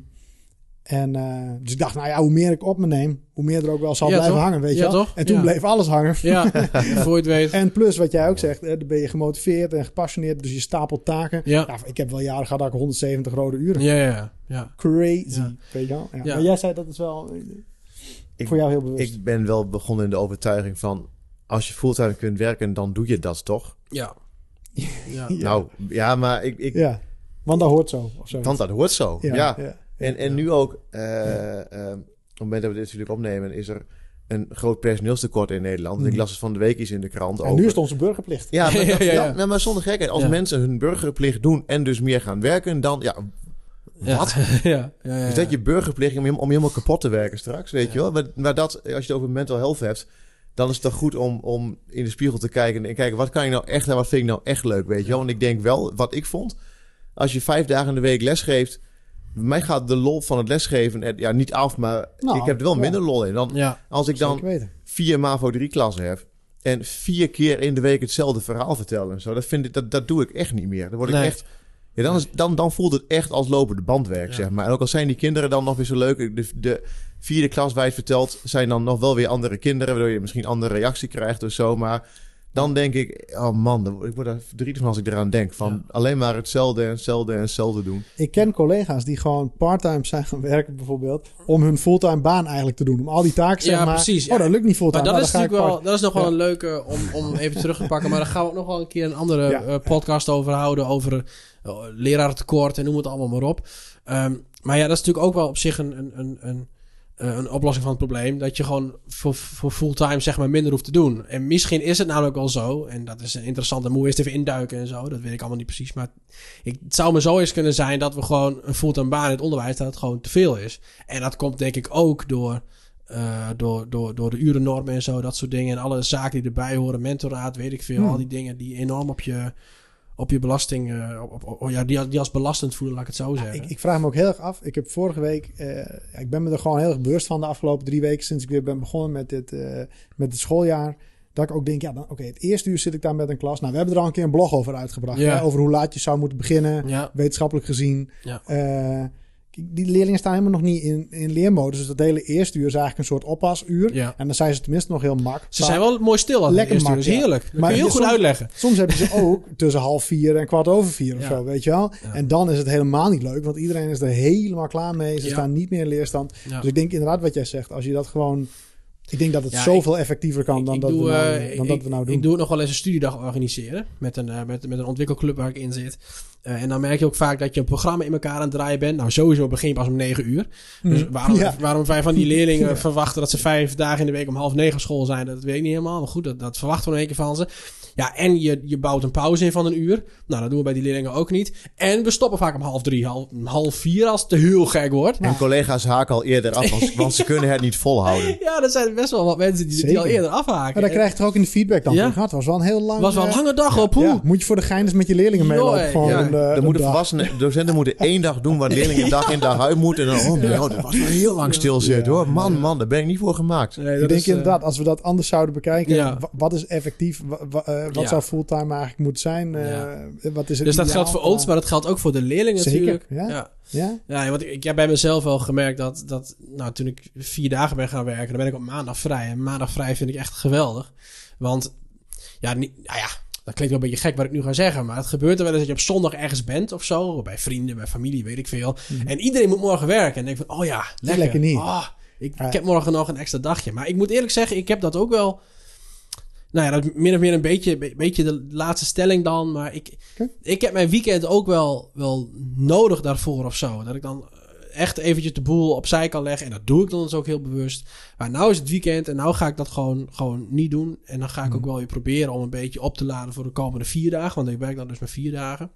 en uh, dus ik dacht, nou ja, hoe meer ik op me neem... hoe meer er ook wel zal Ja, blijven toch? hangen, weet je Ja, wel. toch? En toen Ja. bleef alles hangen. Ja, voor je het weet. En plus wat jij ook zegt, hè, dan ben je gemotiveerd en gepassioneerd. Dus je stapelt taken. Ja. Ja, ik heb wel jaren gehad dat ik honderdzeventig rode uren. Ja, ja, ja. ja. Crazy. Ja. Weet je wel? Ja. Ja. Maar jij zei dat is wel eh, Ik, voor jou heel bewust. ik ben wel begonnen in de overtuiging van... als je fulltime kunt werken, dan doe je dat toch? Ja. Ja. Ja. Nou, ja, maar ik... ik Ja, want dat hoort zo. Of zo. Want dat hoort zo, ja. ja. En, en nu ook, uh, uh, op het moment dat we dit natuurlijk opnemen... is er een groot personeelstekort in Nederland. En ik las het van de week eens in de krant En over. nu is het onze burgerplicht. Ja, maar, dat, Ja, ja, ja. ja, nou, maar zonder gekheid. Als Ja. mensen hun burgerplicht doen en dus meer gaan werken... dan, ja, Ja. wat? Ja. Ja, ja, ja. Is dat je burgerplicht om, je- om helemaal kapot te werken straks, weet je wel? Maar, maar dat, als je het over mental health hebt... dan is het toch goed om, om in de spiegel te kijken... en kijken, wat kan je nou echt en wat vind ik nou echt leuk, weet je wel? Want ik denk wel, wat ik vond... als je vijf dagen in de week lesgeeft... bij mij gaat de lol van het lesgeven... eh, ja, niet af, maar Nou, ik heb er wel ja. minder lol in. Dan, Ja. als ik dan Zeker weten. vier MAVO drie klassen heb... en vier keer in de week hetzelfde verhaal vertellen en zo... dat, vind ik, dat, dat doe ik echt niet meer. Dan word ik Nee. echt... Ja, dan, is, dan, dan voelt het echt als lopende bandwerk, Ja. zeg maar. En ook al zijn die kinderen dan nog weer zo leuk... de, de vierde klas waar je het vertelt... zijn dan nog wel weer andere kinderen... waardoor je misschien een andere reactie krijgt of zo. Maar dan denk ik... oh man, dan, ik word er verdrietig van als ik eraan denk. Van Ja. alleen maar hetzelfde en hetzelfde en hetzelfde doen. Ik ken collega's die gewoon parttime zijn gaan werken bijvoorbeeld... om hun fulltime baan eigenlijk te doen. Om al die taken, zeg Ja, maar... precies, ja. Oh, dat lukt niet fulltime. Maar dat nou, is dan ga natuurlijk ik wel, dat is nog wel Ja. een leuke om, om even terug te pakken. Maar daar gaan we ook nog wel een keer een andere Ja. eh, podcast over houden. Over uh, lerarentekort en noem het allemaal maar op. Um, maar ja, dat is natuurlijk ook wel op zich een, een, een, een, uh, een oplossing van het probleem. Dat je gewoon voor, voor fulltime zeg maar minder hoeft te doen. En misschien is het namelijk wel zo. En dat is een interessante moe eerst even induiken en zo. Dat weet ik allemaal niet precies. Maar ik, het zou me zo eens kunnen zijn dat we gewoon een fulltime baan in het onderwijs... dat het gewoon te veel is. En dat komt denk ik ook door... Uh, door, door, door de urennormen en zo, dat soort dingen. En alle zaken die erbij horen, mentoraat, weet ik veel. Hmm. Al die dingen die enorm op je, op je belasting... Uh, op, op, op, ja, die, die als belastend voelen, laat ik het zo zeggen. Ik, ik vraag me ook heel erg af. Ik heb vorige week... Uh, ik ben me er gewoon heel erg bewust van de afgelopen drie weken... sinds ik weer ben begonnen met dit, uh, met het schooljaar. Dat ik ook denk, ja, oké, okay, het eerste uur zit ik daar met een klas. Nou, we hebben er al een keer een blog over uitgebracht. Ja. Hè, over hoe laat je zou moeten beginnen. Ja. Wetenschappelijk gezien. Ja. Uh, die leerlingen staan helemaal nog niet in, in leermodus. Dus dat hele eerste uur is eigenlijk een soort oppasuur. Ja. En dan zijn ze tenminste nog heel mak. Ze zijn wel mooi stil. Lekker Lekker mak, is ja. heerlijk. Dat Maar kun je heel je goed soms- uitleggen. Soms hebben ze ook tussen half vier en kwart over vier of Ja. zo, weet je wel. Ja. En dan is het helemaal niet leuk, want iedereen is er helemaal klaar mee. Ze Ja. staan niet meer in leerstand. Ja. Dus ik denk inderdaad wat jij zegt. Als je dat gewoon... Ik denk dat het Ja, zoveel effectiever kan dan, Ik dat, doe, we nou, eh, dan ik, dat we nou doen. Ik doe het nog wel eens een studiedag organiseren. Met een, uh, met, met een ontwikkelclub waar ik in zit. Uh, en dan merk je ook vaak dat je een programma in elkaar aan het draaien bent. Nou, sowieso begin je pas om negen uur. Dus Mm. waarom, Ja. waarom wij van die leerlingen Ja. verwachten dat ze vijf dagen in de week om half negen op school zijn, dat weet ik niet helemaal. Maar goed, dat, dat verwachten we in één keer van ze. Ja, en je, je bouwt een pauze in van een uur. Nou, dat doen we bij die leerlingen ook niet. En we stoppen vaak om half drie, half, half vier als het te heel gek wordt. En collega's haken al eerder af, want, want ze kunnen het niet volhouden. Ja, er zijn best wel wat mensen die, die al eerder afhaken. Maar dan krijg je toch ook in de feedback dan. Ja. Ja. Het was wel een heel lang... Het was wel een uh, lange dag op. ja, moet je voor de gein met je leerlingen Joh, meelopen. Gewoon ja. een, uh, Er een moeten dag. volwassenen, docenten moeten één dag doen wat leerlingen dag in dag uit moeten. En dan, oh, ja. oh, dat was wel heel lang stilzitten Ja. hoor. Man, man, daar ben ik niet voor gemaakt. Nee, Ik dat denk is, uh, inderdaad, als we dat anders zouden bekijken, Ja. w- wat is effectief, w- w- uh, wat Ja. zou fulltime eigenlijk moeten zijn? Uh, Ja. Wat is het Dus dat ideaal? geldt voor ons, maar dat geldt ook voor de leerlingen Zeker, natuurlijk. ja. Ja. Ja? Ja, want ik, ik heb bij mezelf wel gemerkt dat, dat nou, toen ik vier dagen ben gaan werken, dan ben ik op maandag vrij. En maandag vrij vind ik echt geweldig. Want, ja, niet, nou ja, dat klinkt wel een beetje gek wat ik nu ga zeggen, maar het gebeurt er wel eens dat je op zondag ergens bent of zo, of bij vrienden, bij familie, weet ik veel. Mhm. En iedereen moet morgen werken. En denk van, oh ja, lekker. lekker niet. Oh, ik, Ja. ik heb morgen nog een extra dagje. Maar ik moet eerlijk zeggen, ik heb dat ook wel... Nou ja, dat is min of meer een beetje, be- beetje de laatste stelling dan. Maar ik, Oké. ik heb mijn weekend ook wel, wel nodig daarvoor of zo. Dat ik dan echt eventjes de boel opzij kan leggen. En dat doe ik dan dus ook heel bewust. Maar nou is het weekend en nou ga ik dat gewoon, gewoon niet doen. En dan ga ik ook wel weer proberen om een beetje op te laden voor de komende vier dagen. Want ik werk dan dus maar vier dagen.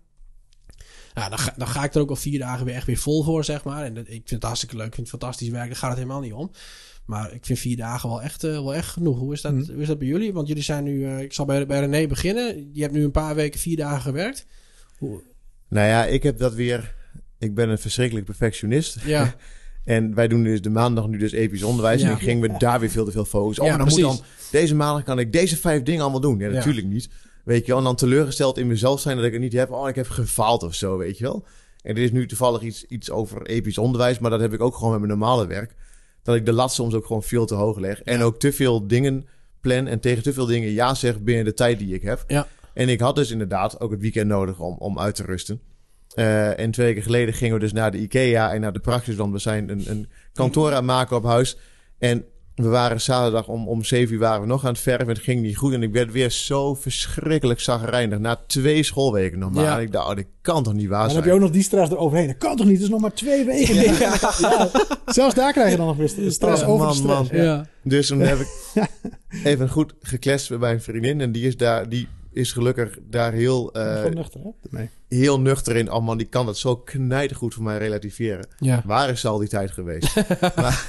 Ja, dan ga, dan ga ik er ook al vier dagen weer echt weer vol voor, zeg maar. En dat, ik vind het hartstikke leuk, ik vind het fantastisch werk. Daar gaat het helemaal niet om. Maar ik vind vier dagen wel echt, uh, wel echt genoeg. Hoe is, dat, Mm. hoe is dat bij jullie? Want jullie zijn nu... Uh, ik zal bij, bij René beginnen. Je hebt nu een paar weken vier dagen gewerkt. Hoe, Nou ja, ik heb dat weer... Ik ben een verschrikkelijk perfectionist. ja, En wij doen dus de maandag nu dus episch onderwijs. Ja. En ik ging we daar weer veel te veel focussen. Oh, Ja, maar dan moet precies. dan... Deze maandag kan ik deze vijf dingen allemaal doen. Ja, Ja. natuurlijk niet. Weet je wel. En dan teleurgesteld in mezelf zijn dat ik het niet heb. Oh, ik heb gefaald of zo, weet je wel. En er is nu toevallig iets, iets over episch onderwijs. Maar dat heb ik ook gewoon met mijn normale werk. Dat ik de lat soms ook gewoon veel te hoog leg. En ook te veel dingen plan. En tegen te veel dingen ja zeg binnen de tijd die ik heb. ja, En ik had dus inderdaad ook het weekend nodig om, om uit te rusten. Uh, en twee weken geleden gingen we dus naar de IKEA en naar de Praxis. Want we zijn een, een kantoor aan het maken op huis. En we waren zaterdag om, om zeven uur waren we nog aan het verven. Het ging niet goed. En ik werd weer zo verschrikkelijk chagrijnig. Na twee schoolweken nog maar. Ja. En ik dacht, oh, dit kan toch niet waar Dan zijn? heb je ook nog die stress eroverheen. Dat kan toch niet? Het is nog maar twee weken. Ja. Ja. Zelfs daar krijg je dan nog weer st- stress Oh, over man, de stress. man. Ja. ja. Dus toen heb ik even goed gekletst bij mijn vriendin. En die is daar, die is gelukkig daar heel, uh, Gewoon nuchter, hè? Nee. heel nuchter in. Oh man, die kan dat zo knijtergoed voor mij relativeren. ja. Waar is ze al die tijd geweest? maar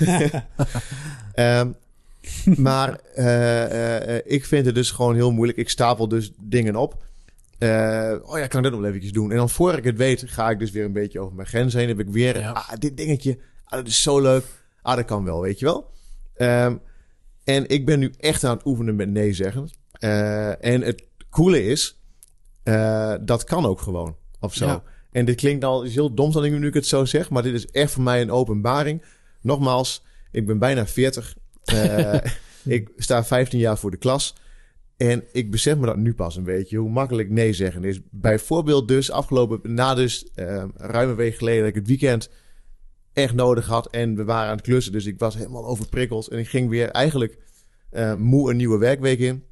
um, maar uh, uh, ik vind het dus gewoon heel moeilijk. Ik stapel dus dingen op. Uh, oh ja, kan ik dat nog wel eventjes doen? En dan voor ik het weet, ga ik dus weer een beetje over mijn grens heen. Dan heb ik weer, Ja. ah, dit dingetje, ah, dat is zo leuk. Ah, dat kan wel, weet je wel. Um, en ik ben nu echt aan het oefenen met nee zeggen. Uh, en het coole is, uh, dat kan ook gewoon, of zo. Ja. En dit klinkt al is heel dom dat ik nu ik het zo zeg, maar dit is echt voor mij een openbaring. Nogmaals, ik ben bijna veertig. Uh, ik sta vijftien jaar voor de klas. En ik besef me dat nu pas een beetje, hoe makkelijk nee zeggen is. Bijvoorbeeld dus afgelopen, na dus uh, ruim een week geleden dat ik het weekend echt nodig had. En we waren aan het klussen, dus ik was helemaal overprikkeld. En ik ging weer eigenlijk uh, moe een nieuwe werkweek in.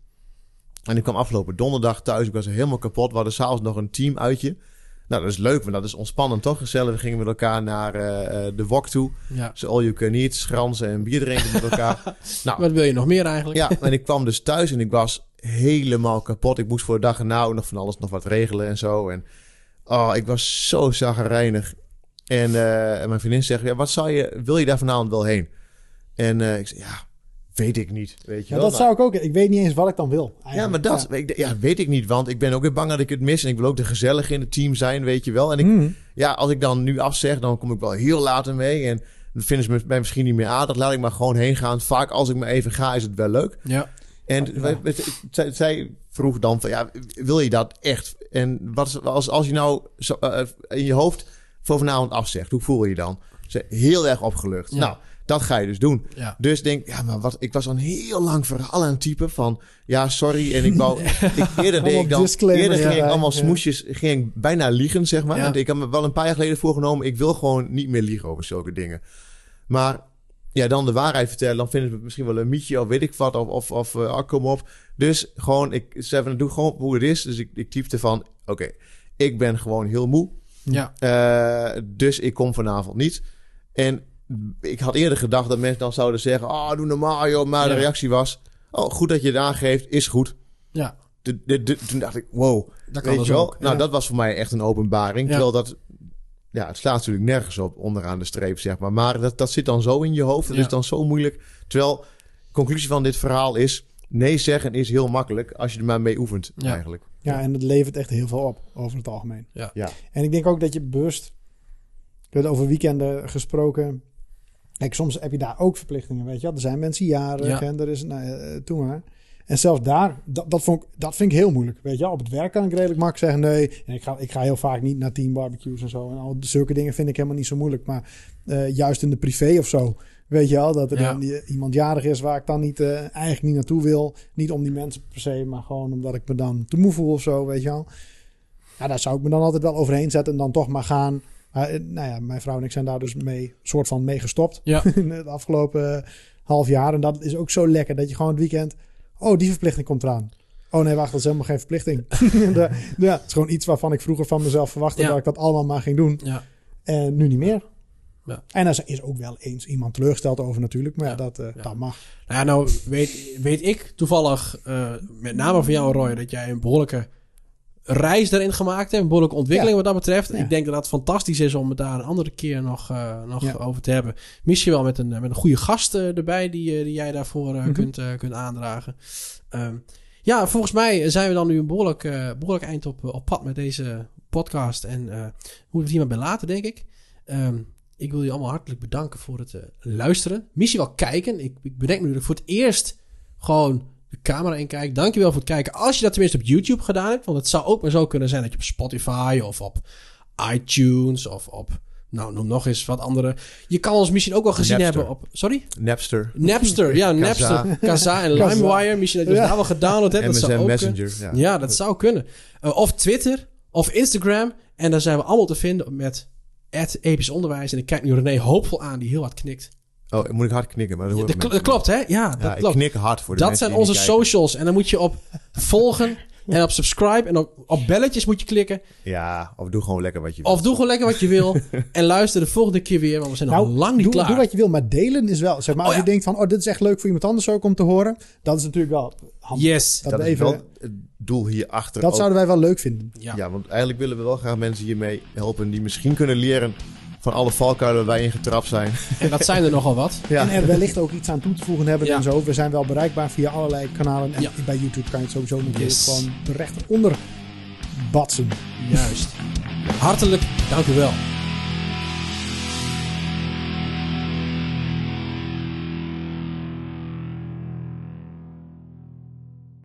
En ik kwam afgelopen donderdag thuis. Ik was helemaal kapot. We hadden s'avonds nog een teamuitje. Nou, dat is leuk, want dat is ontspannend toch? Gezellig. We gingen met elkaar naar uh, de wok toe. ja. Zo all you can eat, schransen en bier drinken met elkaar. Nou, Wat wil je nog meer eigenlijk? ja, en ik kwam dus thuis en ik was helemaal kapot. Ik moest voor de dag erna ook nog van alles nog wat regelen en zo. En oh, ik was zo chagrijnig. En, uh, en mijn vriendin zegt, ja, wat zou je, wil je daar vanavond wel heen? En uh, ik zei, ja, weet ik niet. Weet je Ja, wel? dat zou ik ook. Ik weet niet eens wat ik dan wil. Eigenlijk. Ja, maar dat Ja. ik- ja, weet ik niet. Want ik ben ook weer bang dat ik het mis. En ik wil ook de gezellige in het team zijn, weet je wel. En ik, Hmm. ja, als ik dan nu afzeg, dan kom ik wel heel laat mee. En dan vinden ze me- mij misschien niet meer aardig. Laat ik maar gewoon heen gaan. Vaak als ik maar even ga, is het wel leuk. Ja. En Ja. wij- wij- zij, zij vroeg dan van, ja, wil je dat echt? En wat is, als, als je nou zo, uh, in je hoofd voor vanavond afzegt, hoe voel je je dan? Ze heel erg opgelucht. Ja. Nou, dat ga je dus doen. Ja. Dus denk, ja, maar wat, ik was al een heel lang verhaal aan het typen van, ja, sorry. En ik wou, ik, eerder deed Allemaal ik dan, disclaimers eerder ging ik erbij, allemaal ja. smoesjes, ging ik bijna liegen, zeg maar. Ja. Want ik had me wel een paar jaar geleden voorgenomen, ik wil gewoon niet meer liegen over zulke dingen. Maar ja, dan de waarheid vertellen, dan vinden ze het misschien wel een mietje of weet ik wat, of, of, of uh, ah, kom op. Dus gewoon, ik zei van, doe gewoon hoe het is. Dus ik, ik typte van, oké, okay, ik ben gewoon heel moe. Ja. Uh, dus ik kom vanavond niet. En ik had eerder gedacht dat mensen dan zouden zeggen, ah, oh, doe normaal joh. Maar Ja. de reactie was, oh, goed dat je het aangeeft, is goed. Ja. de, de, de, toen dacht ik, wow. Dat kan Weet dus je wel? ook. Nou, ja. dat was voor mij echt een openbaring. Ja. Terwijl dat... Ja, het slaat natuurlijk nergens op onderaan de streep, zeg maar. Maar dat, dat zit dan zo in je hoofd. Dat Ja. is dan zo moeilijk. Terwijl, de conclusie van dit verhaal is... Nee zeggen is heel makkelijk als je er maar mee oefent, Ja. eigenlijk. Ja, en het levert echt heel veel op, over het algemeen. Ja. Ja. En ik denk ook dat je bewust... Ik heb over weekenden gesproken. Kijk, soms heb je daar ook verplichtingen, weet je wel. Er zijn mensen jarig Ja. en er is... Nou, uh, toen maar. En zelfs daar, dat, dat, vond ik, dat vind ik heel moeilijk. Weet je wel, op het werk kan ik redelijk makkelijk zeggen nee. En ik ga, ik ga heel vaak niet naar teambarbecues en zo. En al zulke dingen vind ik helemaal niet zo moeilijk. Maar uh, juist in de privé of zo... Weet je wel, dat er Ja. dan die, iemand jarig is waar ik dan niet, uh, eigenlijk niet naartoe wil. Niet om die mensen per se, maar gewoon omdat ik me dan te moe voel of zo, weet je wel. Ja, daar zou ik me dan altijd wel overheen zetten en dan toch maar gaan. Maar, uh, nou ja, mijn vrouw en ik zijn daar dus mee, soort van mee gestopt. Ja. In het afgelopen uh, half jaar. En dat is ook zo lekker, dat je gewoon het weekend... Oh, die verplichting komt eraan. Oh nee, wacht, dat is helemaal geen verplichting. de, ja, het is gewoon iets waarvan ik vroeger van mezelf verwachtte... Ja. dat ik dat allemaal maar ging doen. Ja. En nu niet meer. Ja. En daar is ook wel eens iemand teleurgesteld over natuurlijk. Maar ja, Ja. dat, uh, Ja. dat mag. Nou ja, nou weet, weet ik toevallig, uh, met name van jou Roy, dat jij een behoorlijke reis daarin gemaakt hebt. Een behoorlijke ontwikkeling Ja. wat dat betreft. Ja. Ik denk dat dat fantastisch is om het daar een andere keer nog, uh, nog Ja. over te hebben. Misschien wel met een, met een goede gast uh, erbij die, uh, die jij daarvoor uh, Mm-hmm. kunt, uh, kunt aandragen. Um, ja, volgens mij zijn we dan nu een behoorlijk, uh, behoorlijk eind op, op pad met deze podcast. En uh, moeten we het hier maar bij laten, denk ik. Um, Ik wil je allemaal hartelijk bedanken voor het uh, luisteren. Misschien wel kijken. Ik, ik bedenk me nu dat ik voor het eerst gewoon de camera in kijk. Dankjewel voor het kijken. Als je dat tenminste op YouTube gedaan hebt. Want het zou ook maar zo kunnen zijn dat je op Spotify of op iTunes of op... Nou, noem nog eens wat andere. Je kan ons misschien ook wel gezien Napster. hebben op... Sorry? Napster, Napster. Ja, Kazaa. Napster. Kazaa en Kazaa. LimeWire. Misschien dat je ons Ja. daar wel gedownload hebt. Dat zou M S N ook Messenger. kunnen. Ja. Ja, dat zou kunnen. Uh, of Twitter. Of Instagram. En daar zijn we allemaal te vinden met... at Episch Onderwijs. En ik kijk nu René hoopvol aan, die heel hard knikt. Oh, moet ik hard knikken? Maar dat, Ja, horen dat, kl- mensen dat klopt, hè? Ja, niet. dat Ja, ik klopt. knik hard voor de Dat mensen zijn die onze niet kijken. socials. En dan moet je op volgen en op subscribe en op, op belletjes moet je klikken. Ja, of doe gewoon lekker wat je wil. Of doe gewoon lekker wat je wil. En luister de volgende keer weer, want we zijn nog lang niet doe, klaar. doe wat je wil, maar delen is wel... Zeg maar, Oh, als ja. je denkt van... Oh, dit is echt leuk voor iemand anders ook om te horen. Dat is natuurlijk wel handig. Yes. Dat, dat we is even, wel het doel hierachter. dat ook. zouden wij wel leuk vinden. Ja. Ja, want eigenlijk willen we wel graag mensen hiermee helpen... die misschien kunnen leren van alle valkuilen waar wij in getrapt zijn. En dat zijn er nogal wat. Ja. En er wellicht ook iets aan toe te voegen hebben Ja. en zo. We zijn wel bereikbaar via allerlei kanalen. En Ja. bij YouTube kan je het sowieso natuurlijk Yes. gewoon recht onder batsen. Juist. Hartelijk dank u wel.